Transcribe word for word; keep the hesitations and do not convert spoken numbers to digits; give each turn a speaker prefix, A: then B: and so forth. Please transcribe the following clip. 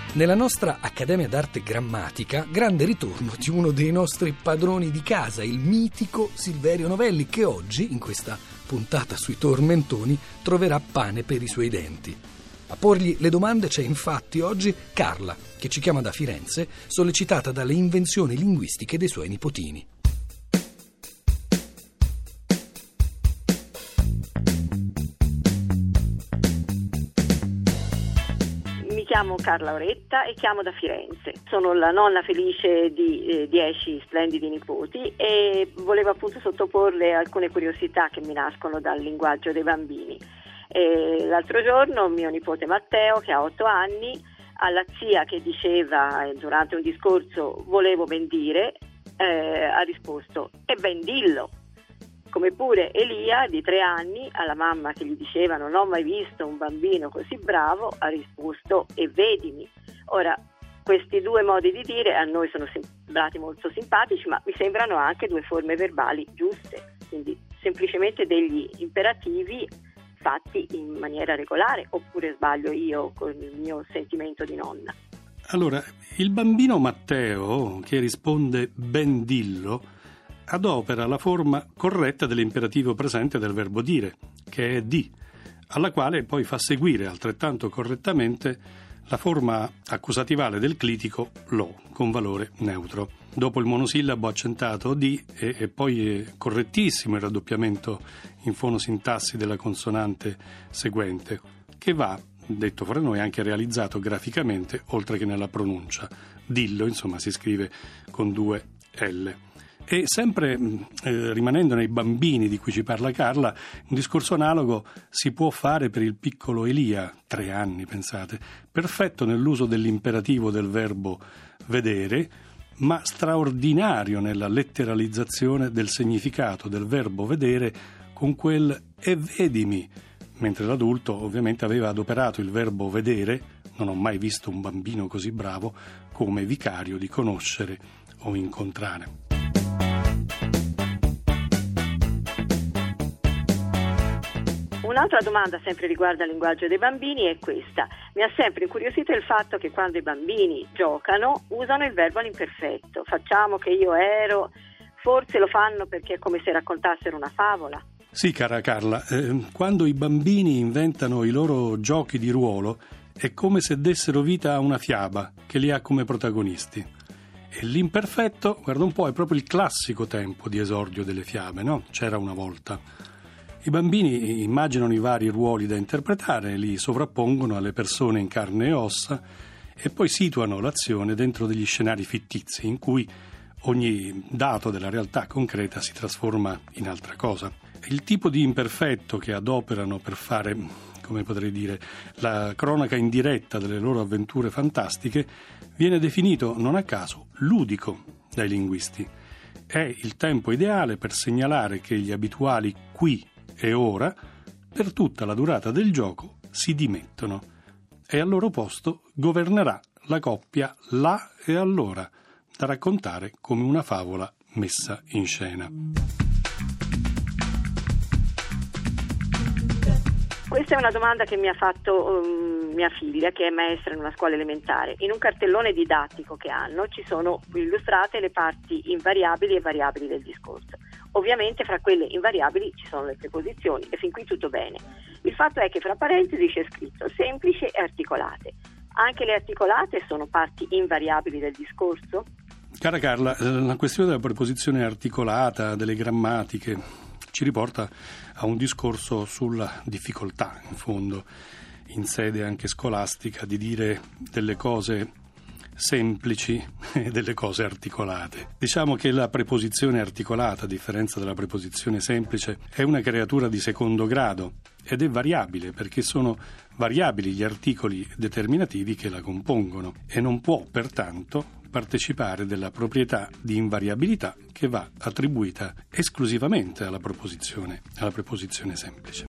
A: Nella nostra Accademia d'Arte Grammatica, grande ritorno di uno dei nostri padroni di casa, il mitico Silverio Novelli, che oggi, in questa puntata sui tormentoni, troverà pane per i suoi denti. A porgli le domande c'è infatti oggi Carla, che ci chiama da Firenze, sollecitata dalle invenzioni linguistiche dei suoi nipotini.
B: Mi chiamo Carla Oretta e chiamo da Firenze. Sono la nonna felice di eh, dieci splendidi nipoti e volevo appunto sottoporle alcune curiosità che mi nascono dal linguaggio dei bambini. E l'altro giorno mio nipote Matteo, che ha otto anni, alla zia che diceva durante un discorso volevo ben dire, eh, ha risposto e ben dillo. Come pure Elia, di tre anni, alla mamma che gli diceva non ho mai visto un bambino così bravo, ha risposto e vedimi. Ora, questi due modi di dire a noi sono sembrati molto simpatici, ma mi sembrano anche due forme verbali giuste, quindi semplicemente degli imperativi fatti in maniera regolare, oppure sbaglio io con il mio sentimento di nonna?
C: Allora, il bambino Matteo, che risponde ben dillo, adopera la forma corretta dell'imperativo presente del verbo dire, che è di, alla quale poi fa seguire altrettanto correttamente la forma accusativale del clitico lo, con valore neutro. Dopo il monosillabo accentato di e, e poi è correttissimo il raddoppiamento in fonosintassi della consonante seguente, che va, detto fra noi, anche realizzato graficamente oltre che nella pronuncia. Dillo, insomma, si scrive con due L. E sempre eh, rimanendo nei bambini di cui ci parla Carla, un discorso analogo si può fare per il piccolo Elia, tre anni, pensate, perfetto nell'uso dell'imperativo del verbo vedere, ma straordinario nella letteralizzazione del significato del verbo vedere con quel e vedimi, mentre l'adulto ovviamente aveva adoperato il verbo vedere, non ho mai visto un bambino così bravo, come vicario di conoscere o incontrare.
B: Un'altra domanda sempre riguardo al linguaggio dei bambini è questa. Mi ha sempre incuriosito il fatto che quando i bambini giocano usano il verbo all'imperfetto. Facciamo che io ero, forse lo fanno perché è come se raccontassero una favola.
C: Sì, cara Carla, eh, quando i bambini inventano i loro giochi di ruolo è come se dessero vita a una fiaba che li ha come protagonisti. E l'imperfetto, guarda un po', è proprio il classico tempo di esordio delle fiabe, no? C'era una volta. I bambini immaginano i vari ruoli da interpretare, li sovrappongono alle persone in carne e ossa e poi situano l'azione dentro degli scenari fittizi in cui ogni dato della realtà concreta si trasforma in altra cosa. Il tipo di imperfetto che adoperano per fare, come potrei dire, la cronaca in diretta delle loro avventure fantastiche viene definito non a caso ludico dai linguisti. È il tempo ideale per segnalare che gli abituali qui e ora, per tutta la durata del gioco, si dimettono e al loro posto governerà la coppia là e allora, da raccontare come una favola messa in scena.
B: Questa è una domanda che mi ha fatto um, mia figlia, che è maestra in una scuola elementare. In un cartellone didattico che hanno ci sono illustrate le parti invariabili e variabili del discorso. Ovviamente fra quelle invariabili ci sono le preposizioni e fin qui tutto bene. Il fatto è che fra parentesi c'è scritto semplici e articolate. Anche le articolate sono parti invariabili del discorso?
C: Cara Carla, la questione della preposizione articolata, delle grammatiche, ci riporta a un discorso sulla difficoltà, in fondo, in sede anche scolastica, di dire delle cose semplici e delle cose articolate. Diciamo che la preposizione articolata, a differenza della preposizione semplice, è una creatura di secondo grado ed è variabile perché sono variabili gli articoli determinativi che la compongono e non può pertanto partecipare della proprietà di invariabilità che va attribuita esclusivamente alla preposizione, alla preposizione semplice.